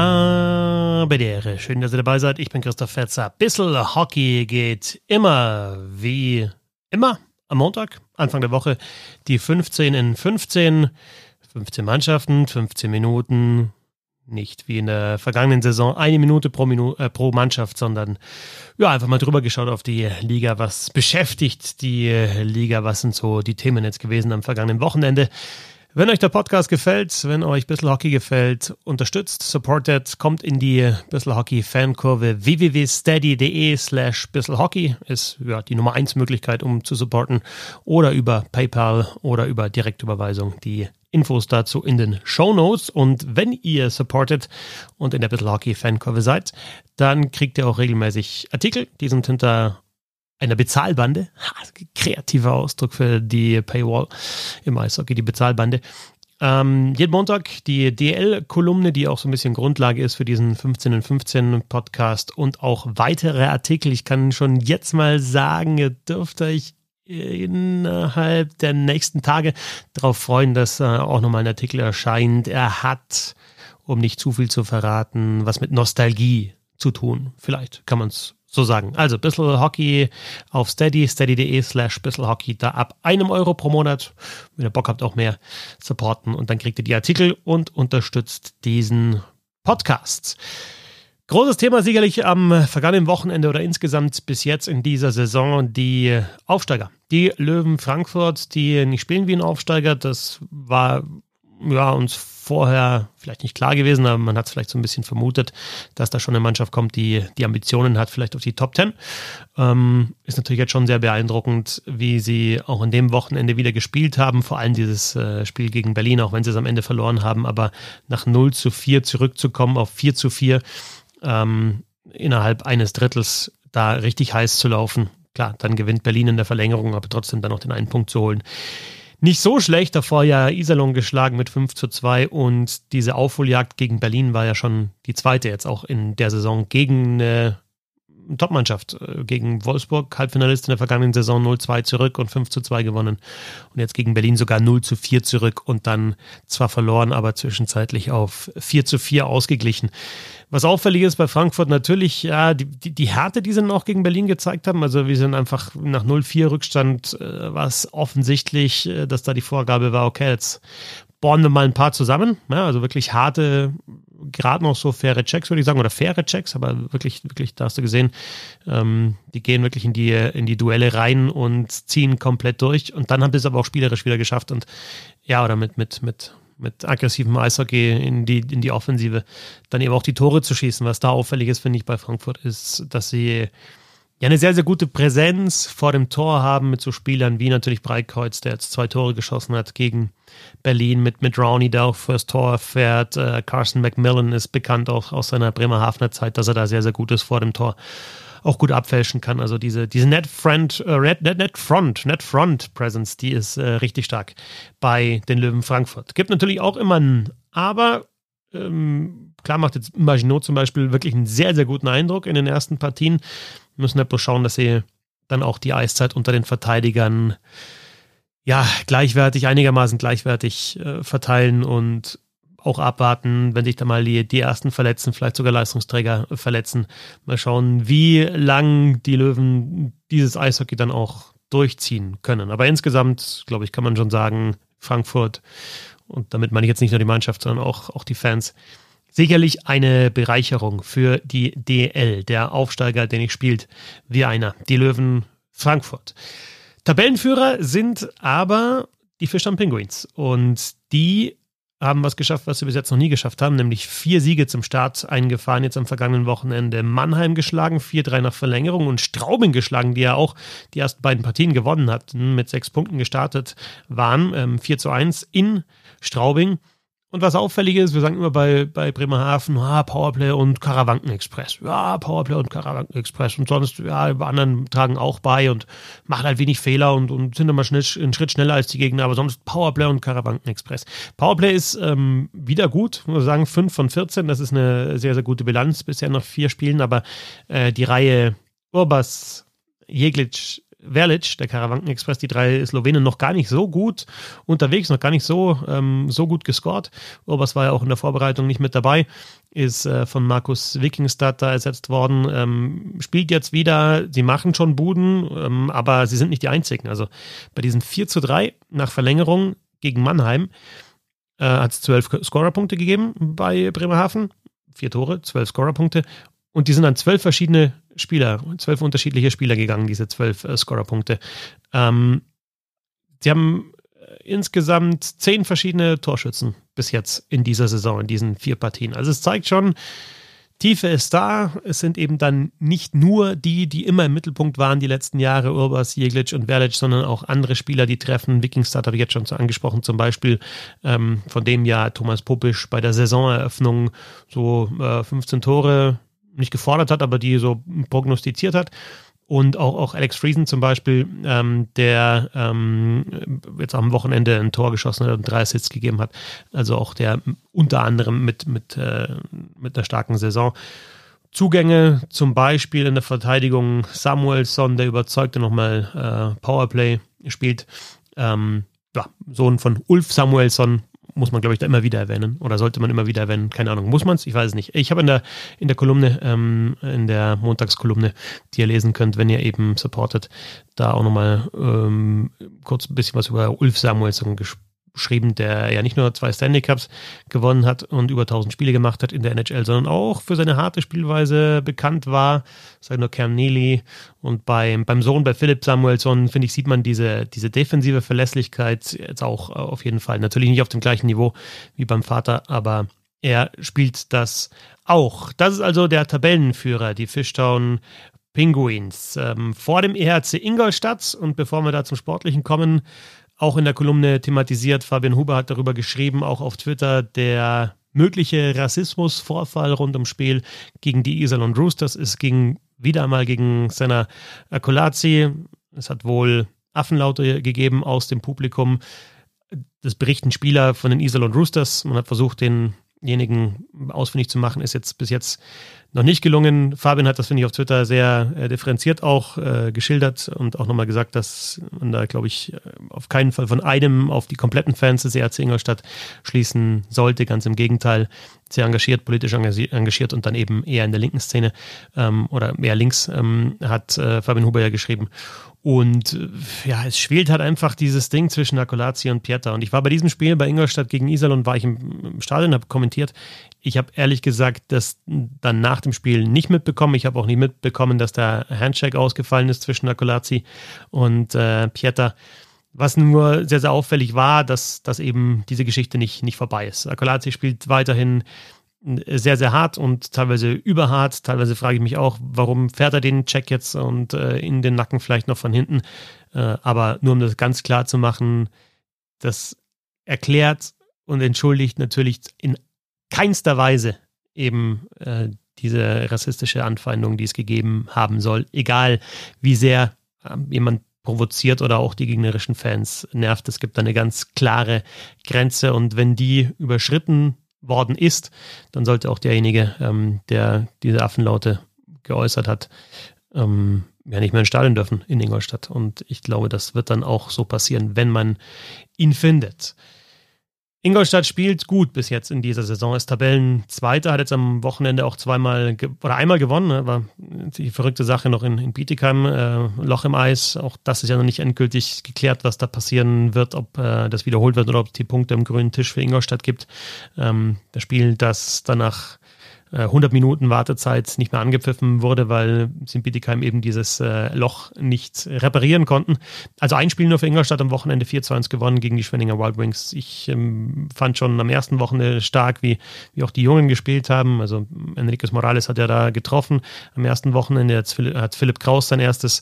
Habe die Ehre. Schön, dass ihr dabei seid. Ich bin Christoph Fetzer. Bissl Hockey geht immer wie immer am Montag, Anfang der Woche, die 15 in 15. 15 Mannschaften, 15 Minuten. Nicht wie in der vergangenen Saison 1 Minute pro Mannschaft, sondern ja, einfach mal drüber geschaut auf die Liga. Was beschäftigt die Liga? Was sind so die Themen jetzt gewesen am vergangenen Wochenende? Wenn euch der Podcast gefällt, wenn euch Bissl Hockey gefällt, unterstützt, supportet, kommt in die Bissl Hockey Fankurve. www.steady.de/bisselhockey ist ja die Nummer 1 Möglichkeit, um zu supporten, oder über PayPal oder über Direktüberweisung. Die Infos dazu in den Shownotes. Und wenn ihr supportet und in der Bissl Hockey Fankurve seid, dann kriegt ihr auch regelmäßig Artikel. Die sind hinter einer Bezahlbande, kreativer Ausdruck für die Paywall im Eishockey, die Bezahlbande. Jeden Montag die DL-Kolumne, die auch so ein bisschen Grundlage ist für diesen 15 in 15 Podcast, und auch weitere Artikel. Ich kann schon jetzt mal sagen, ihr dürft euch innerhalb der nächsten Tage darauf freuen, dass auch nochmal ein Artikel erscheint. Er hat, um nicht zu viel zu verraten, was mit Nostalgie zu tun. Vielleicht kann man es so sagen. Also Bissl Hockey auf steady.de/bisselhockey, da ab €1 pro Monat. Wenn ihr Bock habt, auch mehr supporten, und dann kriegt ihr die Artikel und unterstützt diesen Podcast. Großes Thema sicherlich am vergangenen Wochenende oder insgesamt bis jetzt in dieser Saison: die Aufsteiger. Die Löwen Frankfurt, die nicht spielen wie ein Aufsteiger. Das war ja uns vorher vielleicht nicht klar gewesen, aber man hat es vielleicht so ein bisschen vermutet, dass da schon eine Mannschaft kommt, die Ambitionen hat, vielleicht auf die Top 10. Ist natürlich jetzt schon sehr beeindruckend, wie sie auch in dem Wochenende wieder gespielt haben. Vor allem dieses Spiel gegen Berlin, auch wenn sie es am Ende verloren haben, aber nach 0:4 zurückzukommen auf 4:4 innerhalb eines Drittels, da richtig heiß zu laufen. Klar, dann gewinnt Berlin in der Verlängerung, aber trotzdem dann noch den einen Punkt zu holen. Nicht so schlecht, davor ja Iserlohn geschlagen mit 5:2, und diese Aufholjagd gegen Berlin war ja schon die zweite jetzt auch in der Saison gegen eine Topmannschaft. Gegen Wolfsburg, Halbfinalist in der vergangenen Saison, 0:2 zurück und 5:2 gewonnen. Und jetzt gegen Berlin sogar 0:4 zurück und dann zwar verloren, aber zwischenzeitlich auf 4:4 ausgeglichen. Was auffällig ist bei Frankfurt natürlich, ja, die Härte, die sie dann auch gegen Berlin gezeigt haben. Also wir sind einfach nach 0:4 Rückstand, war es offensichtlich, dass da die Vorgabe war, okay, jetzt bohren wir mal ein paar zusammen. Ja, also wirklich harte, gerade noch so faire Checks, würde ich sagen, oder faire Checks, aber wirklich, da hast du gesehen, die gehen wirklich in die Duelle rein und ziehen komplett durch. Und dann haben sie es aber auch spielerisch wieder geschafft, und ja, oder mit aggressivem Eishockey in die Offensive dann eben auch die Tore zu schießen. Was da auffällig ist, finde ich, bei Frankfurt, ist, dass sie ja eine sehr, sehr gute Präsenz vor dem Tor haben mit so Spielern wie natürlich Breitkreuz, der jetzt 2 Tore geschossen hat gegen Berlin, mit Rowney, der auch fürs Tor fährt. Carson McMillan ist bekannt auch aus seiner Bremerhavener Zeit, dass er da sehr, sehr gut ist vor dem Tor, auch gut abfälschen kann. Also diese Net Front Presence, die ist richtig stark bei den Löwen Frankfurt. Gibt natürlich auch immer ein Aber. Klar macht jetzt Maginot zum Beispiel wirklich einen sehr, sehr guten Eindruck in den ersten Partien. Müssen halt bloß schauen, dass sie dann auch die Eiszeit unter den Verteidigern ja einigermaßen gleichwertig verteilen und auch abwarten, wenn sich da mal die ersten verletzen, vielleicht sogar Leistungsträger verletzen. Mal schauen, wie lang die Löwen dieses Eishockey dann auch durchziehen können. Aber insgesamt, glaube ich, kann man schon sagen, Frankfurt, und damit meine ich jetzt nicht nur die Mannschaft, sondern auch die Fans, sicherlich eine Bereicherung für die DL. Der Aufsteiger, den ich spielt, wie einer. Die Löwen Frankfurt. Tabellenführer sind aber die Fischtown Penguins. Und die haben was geschafft, was sie bis jetzt noch nie geschafft haben, nämlich 4 Siege zum Start eingefahren, jetzt am vergangenen Wochenende. Mannheim geschlagen, 4:3 nach Verlängerung, und Straubing geschlagen, die ja auch die ersten beiden Partien gewonnen hatten, mit 6 Punkten gestartet waren, 4:1 in Straubing. Und was auffällig ist, wir sagen immer bei Bremerhaven, Powerplay und Karawanken-Express. Ja, Powerplay und Karawanken-Express. Und sonst, ja, bei anderen tragen auch bei und machen halt wenig Fehler und sind immer einen Schritt schneller als die Gegner. Aber sonst Powerplay und Karawanken-Express. Powerplay ist wieder gut, muss man sagen, 5 von 14. Das ist eine sehr, sehr gute Bilanz. Bisher noch 4 Spielen, aber die Reihe Urbas, Jeglic, Verlic, der Karawanken-Express, die 3 Slowenen, noch gar nicht so gut unterwegs, noch gar nicht so gut gescored. Urbas war ja auch in der Vorbereitung nicht mit dabei. ist von Markus Wikingstad da ersetzt worden, spielt jetzt wieder, sie machen schon Buden, aber sie sind nicht die einzigen. Also bei diesem 4:3 nach Verlängerung gegen Mannheim hat es 12 Scorerpunkte gegeben bei Bremerhaven, 4 Tore, 12 Scorerpunkte und die sind an 12 verschiedene Spieler, 12 unterschiedliche Spieler gegangen, diese 12 Scorerpunkte. Sie haben insgesamt 10 verschiedene Torschützen bis jetzt in dieser Saison, in diesen 4 Partien. Also es zeigt schon, Tiefe ist da. Es sind eben dann nicht nur die immer im Mittelpunkt waren die letzten Jahre, Urbas, Jeglic und Verlic, sondern auch andere Spieler, die treffen. Wikingstad habe ich jetzt schon angesprochen, zum Beispiel, von dem ja Thomas Popisch bei der Saisoneröffnung so 15 Tore nicht gefordert hat, aber die so prognostiziert hat. Und auch Alex Friesen zum Beispiel, der jetzt am Wochenende ein Tor geschossen hat und 3 Assists gegeben hat. Also auch der unter anderem mit einer starken Saison. Zugänge zum Beispiel in der Verteidigung Samuelsson, der überzeugte nochmal Powerplay spielt. Sohn von Ulf Samuelsson, muss man, glaube ich, da immer wieder erwähnen. Oder sollte man immer wieder erwähnen? Keine Ahnung. Muss man es? Ich weiß es nicht. Ich habe in der Kolumne, in der Montagskolumne, die ihr lesen könnt, wenn ihr eben supportet, da auch nochmal kurz ein bisschen was über Ulf Samuelsson geschrieben, der ja nicht nur 2 Stanley Cups gewonnen hat und über 1000 Spiele gemacht hat in der NHL, sondern auch für seine harte Spielweise bekannt war. Ich sage nur Cam Neely. Und beim Sohn, bei Philipp Samuelsson, finde ich, sieht man diese defensive Verlässlichkeit jetzt auch auf jeden Fall. Natürlich nicht auf dem gleichen Niveau wie beim Vater, aber er spielt das auch. Das ist also der Tabellenführer, die Fishtown Penguins. Vor dem EHC Ingolstadt, und bevor wir da zum Sportlichen kommen, auch in der Kolumne thematisiert, Fabian Huber hat darüber geschrieben, auch auf Twitter, der mögliche Rassismusvorfall rund ums Spiel gegen die Iserlohn Roosters. Es ging wieder einmal gegen Senna Akolazzi. Es hat wohl Affenlaute gegeben aus dem Publikum. Das berichten Spieler von den Iserlohn Roosters. Man hat versucht, denjenigen ausfindig zu machen, ist jetzt bis jetzt noch nicht gelungen. Fabian hat das, finde ich, auf Twitter sehr differenziert auch geschildert und auch nochmal gesagt, dass man da, glaube ich, auf keinen Fall von einem auf die kompletten Fans des EHC Ingolstadt schließen sollte. Ganz im Gegenteil, sehr engagiert, politisch engagiert und dann eben eher in der linken Szene oder eher links, hat Fabian Huber ja geschrieben. Und ja, es schwelt halt einfach dieses Ding zwischen Akolazzi und Pieter. Und ich war bei diesem Spiel bei Ingolstadt gegen Iserlohn, war ich im Stadion, habe kommentiert. Ich habe ehrlich gesagt das dann nach dem Spiel nicht mitbekommen. Ich habe auch nicht mitbekommen, dass der Handshake ausgefallen ist zwischen Akolazzi und Pieter. Was nur sehr, sehr auffällig war, dass eben diese Geschichte nicht vorbei ist. Akolazzi spielt weiterhin sehr, sehr hart und teilweise überhart. Teilweise frage ich mich auch, warum fährt er den Check jetzt und in den Nacken vielleicht noch von hinten. Aber nur um das ganz klar zu machen, das erklärt und entschuldigt natürlich in keinster Weise eben diese rassistische Anfeindung, die es gegeben haben soll. Egal, wie sehr jemand provoziert oder auch die gegnerischen Fans nervt. Es gibt eine ganz klare Grenze und wenn die überschritten worden ist, dann sollte auch derjenige, der diese Affenlaute geäußert hat, ja nicht mehr ins Stadion dürfen in Ingolstadt. Und ich glaube, das wird dann auch so passieren, wenn man ihn findet. Ingolstadt spielt gut bis jetzt in dieser Saison, ist Tabellenzweiter, hat jetzt am Wochenende auch einmal gewonnen, war die verrückte Sache noch in Bietigheim, Loch im Eis, auch das ist ja noch nicht endgültig geklärt, was da passieren wird, ob das wiederholt wird oder ob es die Punkte am grünen Tisch für Ingolstadt gibt. Das Spiel, das danach 100 Minuten Wartezeit nicht mehr angepfiffen wurde, weil sie in Bietigheim eben dieses Loch nicht reparieren konnten. Also ein Spiel nur für Ingolstadt am Wochenende 4:1 gewonnen gegen die Schwenninger Wild Wings. Ich fand schon am ersten Wochenende stark, wie auch die Jungen gespielt haben. Also Enriquez Morales hat ja da getroffen. Am ersten Wochenende hat Philipp Kraus sein erstes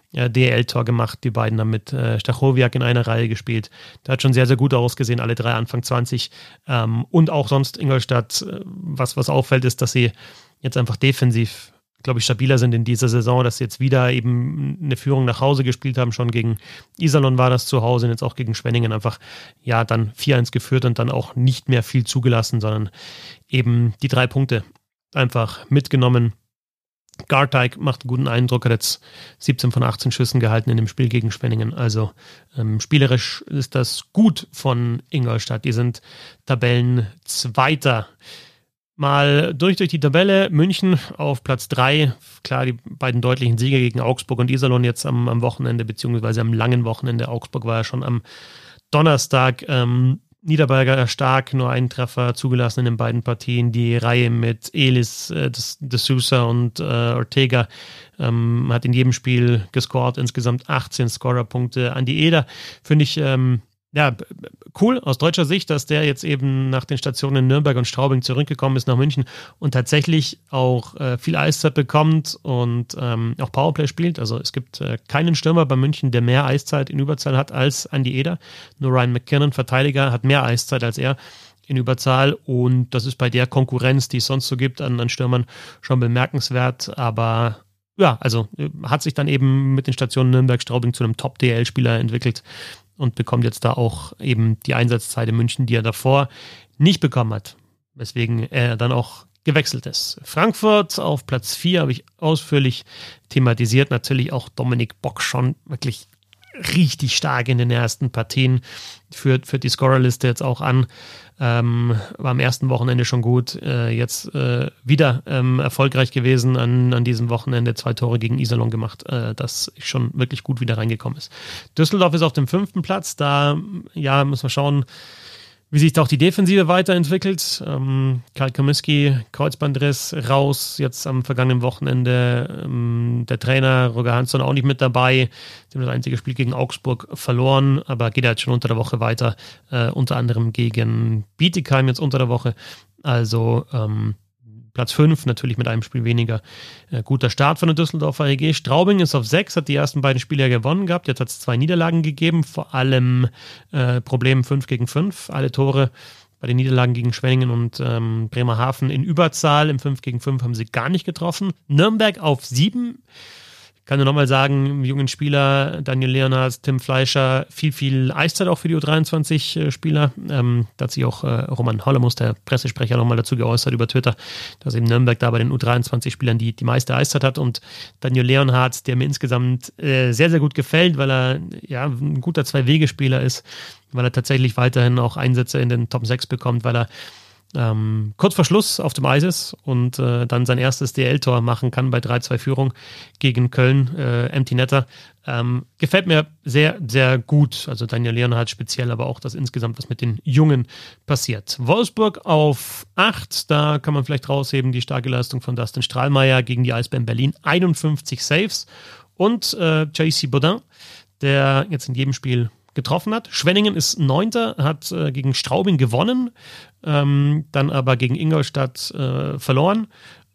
DL-Tor gemacht. Die beiden haben mit Stachowiak in einer Reihe gespielt. Der hat schon sehr, sehr gut ausgesehen, alle drei Anfang 20. Und auch sonst Ingolstadt, was auffällt, ist, dass sie jetzt einfach defensiv, glaube ich, stabiler sind in dieser Saison, dass sie jetzt wieder eben eine Führung nach Hause gespielt haben. Schon gegen Iserlohn war das zu Hause und jetzt auch gegen Schwenningen einfach, ja, dann 4:1 geführt und dann auch nicht mehr viel zugelassen, sondern eben die 3 Punkte einfach mitgenommen. Garteig macht einen guten Eindruck, hat jetzt 17 von 18 Schüssen gehalten in dem Spiel gegen Schwenningen. Also spielerisch ist das gut von Ingolstadt. Die sind Tabellenzweiter. Mal durch die Tabelle. München auf Platz 3. Klar, die beiden deutlichen Siege gegen Augsburg und Iserlohn jetzt am Wochenende, beziehungsweise am langen Wochenende. Augsburg war ja schon am Donnerstag. Niederberger stark, nur einen Treffer zugelassen in den beiden Partien. Die Reihe mit Elis, De Sousa und Ortega hat in jedem Spiel gescored. Insgesamt 18 Scorerpunkte. Andi Eder finde ich cool aus deutscher Sicht, dass der jetzt eben nach den Stationen in Nürnberg und Straubing zurückgekommen ist nach München und tatsächlich auch viel Eiszeit bekommt und auch Powerplay spielt. Also es gibt keinen Stürmer bei München, der mehr Eiszeit in Überzahl hat als Andi Eder. Nur Ryan McKinnon, Verteidiger, hat mehr Eiszeit als er in Überzahl und das ist bei der Konkurrenz, die es sonst so gibt an Stürmern, schon bemerkenswert, aber ja, also hat sich dann eben mit den Stationen Nürnberg, Straubing zu einem Top-DL-Spieler entwickelt und bekommt jetzt da auch eben die Einsatzzeit in München, die er davor nicht bekommen hat, weswegen er dann auch gewechselt ist. Frankfurt auf Platz 4 habe ich ausführlich thematisiert, natürlich auch Dominik Bock schon wirklich richtig stark in den ersten Partien, führt die Scorerliste jetzt auch an, war am ersten Wochenende schon gut, jetzt wieder erfolgreich gewesen an diesem Wochenende, 2 Tore gegen Iserlohn gemacht, das schon wirklich gut wieder reingekommen ist. Düsseldorf ist auf dem 5. Platz, da müssen wir schauen, wie sich da auch die Defensive weiterentwickelt. Karl Komiski, Kreuzbandriss, raus, jetzt am vergangenen Wochenende. Der Trainer Roger Hansson auch nicht mit dabei. Sie haben das einzige Spiel gegen Augsburg verloren, aber geht jetzt schon unter der Woche weiter. Unter anderem gegen Bietigheim jetzt unter der Woche. Also Platz 5, natürlich mit einem Spiel weniger. Guter Start von der Düsseldorfer EG. Straubing ist auf 6, hat die ersten beiden Spiele ja gewonnen gehabt. Jetzt hat es 2 Niederlagen gegeben, vor allem Problem 5 gegen 5. Alle Tore bei den Niederlagen gegen Schwenningen und Bremerhaven in Überzahl. Im 5 gegen 5 haben sie gar nicht getroffen. Nürnberg auf 7. Ich kann nur nochmal sagen, jungen Spieler, Daniel Leonhardt, Tim Fleischer, viel Eiszeit auch für die U23-Spieler. Da hat sich auch Roman Hollemus, der Pressesprecher, nochmal dazu geäußert über Twitter, dass eben Nürnberg da bei den U23-Spielern die meiste Eiszeit hat. Und Daniel Leonhardt, der mir insgesamt sehr, sehr gut gefällt, weil er ein guter Zwei-Wege-Spieler ist, weil er tatsächlich weiterhin auch Einsätze in den Top 6 bekommt, weil er kurz vor Schluss auf dem Eis ist und dann sein erstes DL-Tor machen kann bei 3-2 Führung gegen Köln, Empty Netter. Gefällt mir sehr, sehr gut. Also Daniel Leonhardt speziell, aber auch das insgesamt, was mit den Jungen passiert. Wolfsburg auf 8, da kann man vielleicht rausheben, die starke Leistung von Dustin Strahlmeier gegen die Eisbären Berlin. 51 Saves und JC Baudin, der jetzt in jedem Spiel getroffen hat. Schwenningen ist 9., hat gegen Straubing gewonnen, dann aber gegen Ingolstadt verloren.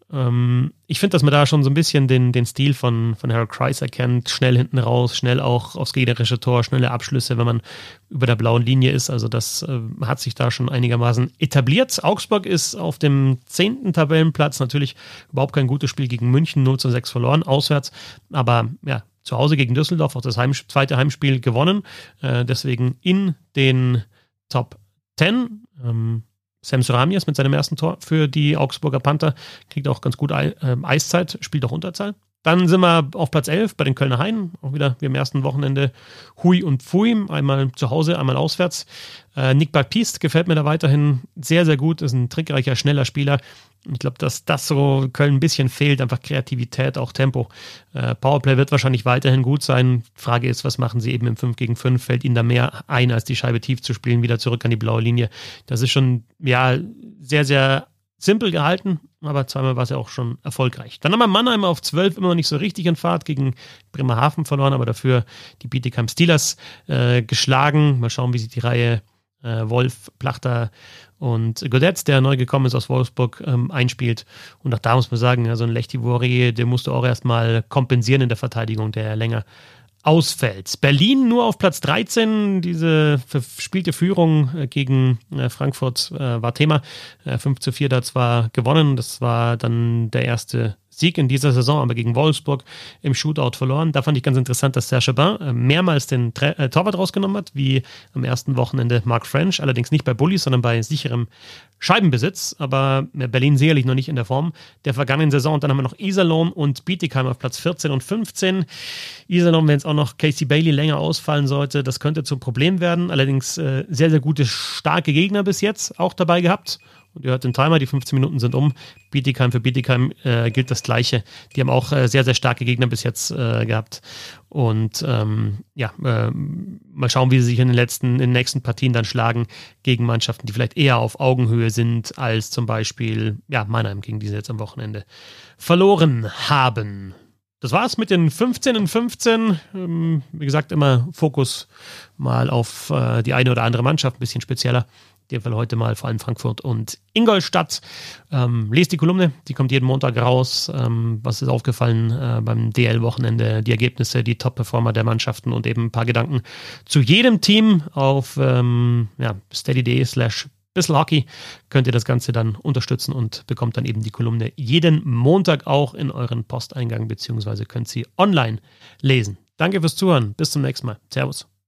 Ich finde, dass man da schon so ein bisschen den Stil von Harold Kreis erkennt. Schnell hinten raus, schnell auch aufs gegnerische Tor, schnelle Abschlüsse, wenn man über der blauen Linie ist. Also das hat sich da schon einigermaßen etabliert. Augsburg ist auf dem 10. Tabellenplatz. Natürlich überhaupt kein gutes Spiel gegen München, 0-6 verloren, auswärts. Aber ja, zu Hause gegen Düsseldorf, auch das zweite Heimspiel gewonnen. Deswegen in den Top 10. Sam Suramias mit seinem ersten Tor für die Augsburger Panther. Kriegt auch ganz gut Eiszeit, spielt auch Unterzahl. Dann sind wir auf Platz 11 bei den Kölner Haien. Auch wieder wie am ersten Wochenende Hui und Pfui. Einmal zu Hause, einmal auswärts. Nick Baptiste gefällt mir da weiterhin sehr, sehr gut. Ist ein trickreicher, schneller Spieler. Ich glaube, dass das so Köln ein bisschen fehlt. Einfach Kreativität, auch Tempo. Powerplay wird wahrscheinlich weiterhin gut sein. Frage ist, was machen sie eben im 5 gegen 5? Fällt ihnen da mehr ein, als die Scheibe tief zu spielen, wieder zurück an die blaue Linie? Das ist schon, sehr, sehr simpel gehalten, aber zweimal war es ja auch schon erfolgreich. Dann haben wir Mannheim auf 12, immer noch nicht so richtig in Fahrt, gegen Bremerhaven verloren, aber dafür die Bietigheim Steelers geschlagen. Mal schauen, wie sich die Reihe Wolf, Plachter und Godetz, der neu gekommen ist aus Wolfsburg, einspielt. Und auch da muss man sagen, so ein Lechtivori, den musst du auch erstmal kompensieren in der Verteidigung, der länger ausfällt. Berlin nur auf Platz 13, diese verspielte Führung gegen Frankfurt war Thema. 5-4 da zwar gewonnen, das war dann der erste Sieg in dieser Saison, aber gegen Wolfsburg im Shootout verloren. Da fand ich ganz interessant, dass Serge Aubin mehrmals den Torwart rausgenommen hat, wie am ersten Wochenende Mark French, allerdings nicht bei Bullies, sondern bei sicherem Scheibenbesitz, aber Berlin sicherlich noch nicht in der Form der vergangenen Saison. Und dann haben wir noch Iserlohn und Bietigheim auf Platz 14 und 15. Iserlohn, wenn jetzt auch noch Casey Bailey länger ausfallen sollte, das könnte zum Problem werden. Allerdings sehr, sehr gute, starke Gegner bis jetzt auch dabei gehabt. Und ihr hört den Timer, die 15 Minuten sind um. Bietigheim für Bietigheim gilt das Gleiche. Die haben auch sehr, sehr starke Gegner bis jetzt gehabt. Und mal schauen, wie sie sich in den nächsten Partien dann schlagen gegen Mannschaften, die vielleicht eher auf Augenhöhe sind, als zum Beispiel Mannheim, gegen die sie jetzt am Wochenende verloren haben. Das war's mit den 15 in 15. Wie gesagt, immer Fokus mal auf die eine oder andere Mannschaft, ein bisschen spezieller. In dem Fall heute mal vor allem Frankfurt und Ingolstadt. Lest die Kolumne, die kommt jeden Montag raus. Was ist aufgefallen beim DL-Wochenende? Die Ergebnisse, die Top-Performer der Mannschaften und eben ein paar Gedanken zu jedem Team auf steady.de/bisselhockey könnt ihr das Ganze dann unterstützen und bekommt dann eben die Kolumne jeden Montag auch in euren Posteingang, beziehungsweise könnt sie online lesen. Danke fürs Zuhören. Bis zum nächsten Mal. Servus.